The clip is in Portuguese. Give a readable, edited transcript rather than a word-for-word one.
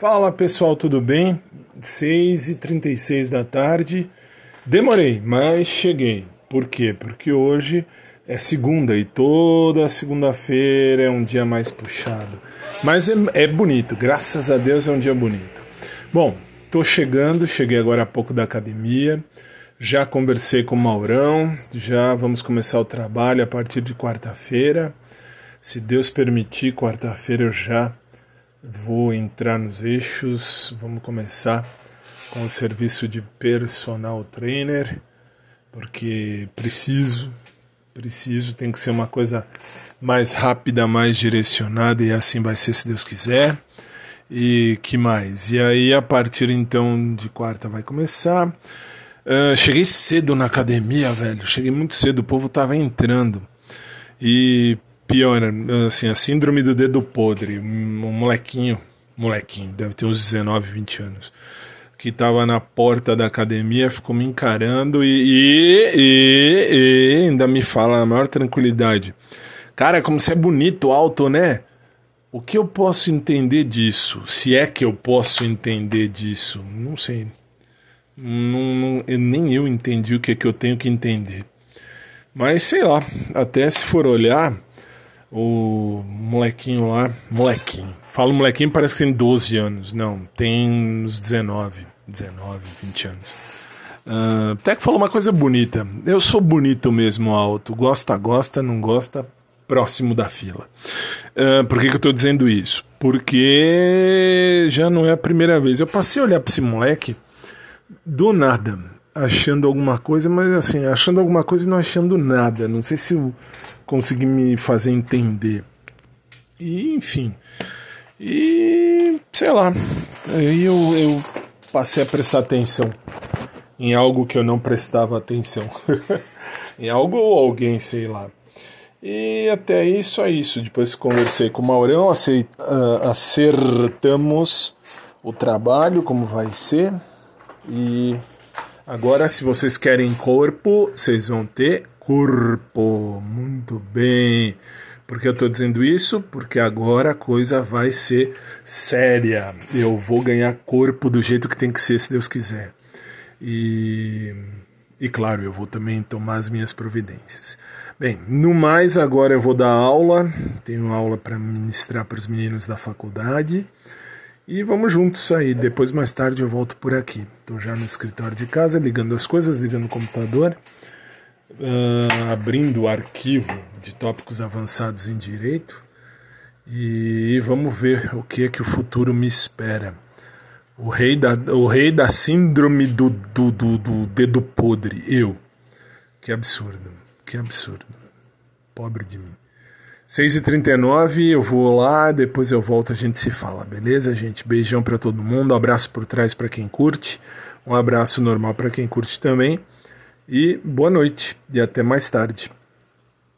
Fala pessoal, tudo bem? 6h36 da tarde. Demorei, mas cheguei. Por quê? Porque hoje é segunda e toda segunda-feira é um dia mais puxado. Mas é bonito, graças a Deus é um dia bonito. Bom, cheguei agora há pouco da academia. Já conversei com o Maurão, já vamos começar o trabalho a partir de quarta-feira. Se Deus permitir, quarta-feira eu já vou entrar nos eixos, vamos começar com o serviço de personal trainer, porque preciso, tem que ser uma coisa mais rápida, mais direcionada, e assim vai ser se Deus quiser. E que mais? E aí a partir então de quarta vai começar. Cheguei cedo na academia, velho, cheguei muito cedo, o povo tava entrando. E pior, assim, a síndrome do dedo podre, um molequinho, deve ter uns 19, 20 anos, que tava na porta da academia, ficou me encarando e ainda me fala na maior tranquilidade: cara, como você é bonito, alto, né? O que eu posso entender disso? Se é que eu posso entender disso? Não sei. Nem eu entendi o que eu tenho que entender. Mas sei lá, até se for olhar, o molequinho lá, falo molequinho, parece que tem 12 anos, não, tem uns 19, 20 anos. Até que falou uma coisa bonita: eu sou bonito mesmo, alto, gosta, não gosta, próximo da fila. Por que eu tô dizendo isso? Porque já não é a primeira vez. Eu passei a olhar pra esse moleque do nada, achando alguma coisa, mas assim, achando alguma coisa e não achando nada. Não sei se eu consegui me fazer entender. E, enfim. E, sei lá, aí eu passei a prestar atenção em algo que eu não prestava atenção. Em algo ou alguém, sei lá. E até isso é isso. Depois conversei com o Maurão, acertamos o trabalho, como vai ser. E agora, se vocês querem corpo, vocês vão ter corpo. Muito bem. Por que eu estou dizendo isso? Porque agora a coisa vai ser séria. Eu vou ganhar corpo do jeito que tem que ser, se Deus quiser. E claro, eu vou também tomar as minhas providências. Bem, no mais, agora eu vou dar aula. Tenho aula para ministrar para os meninos da faculdade. E vamos juntos aí. Depois, mais tarde, eu volto por aqui. Estou já no escritório de casa, ligando as coisas, ligando o computador, abrindo o arquivo de tópicos avançados em direito. E vamos ver o que é que o futuro me espera. O rei da síndrome do dedo podre. Eu. Que absurdo. Pobre de mim. 6h39, eu vou lá, depois eu volto, a gente se fala, beleza, gente? Beijão pra todo mundo, um abraço por trás pra quem curte, um abraço normal pra quem curte também, e boa noite, e até mais tarde.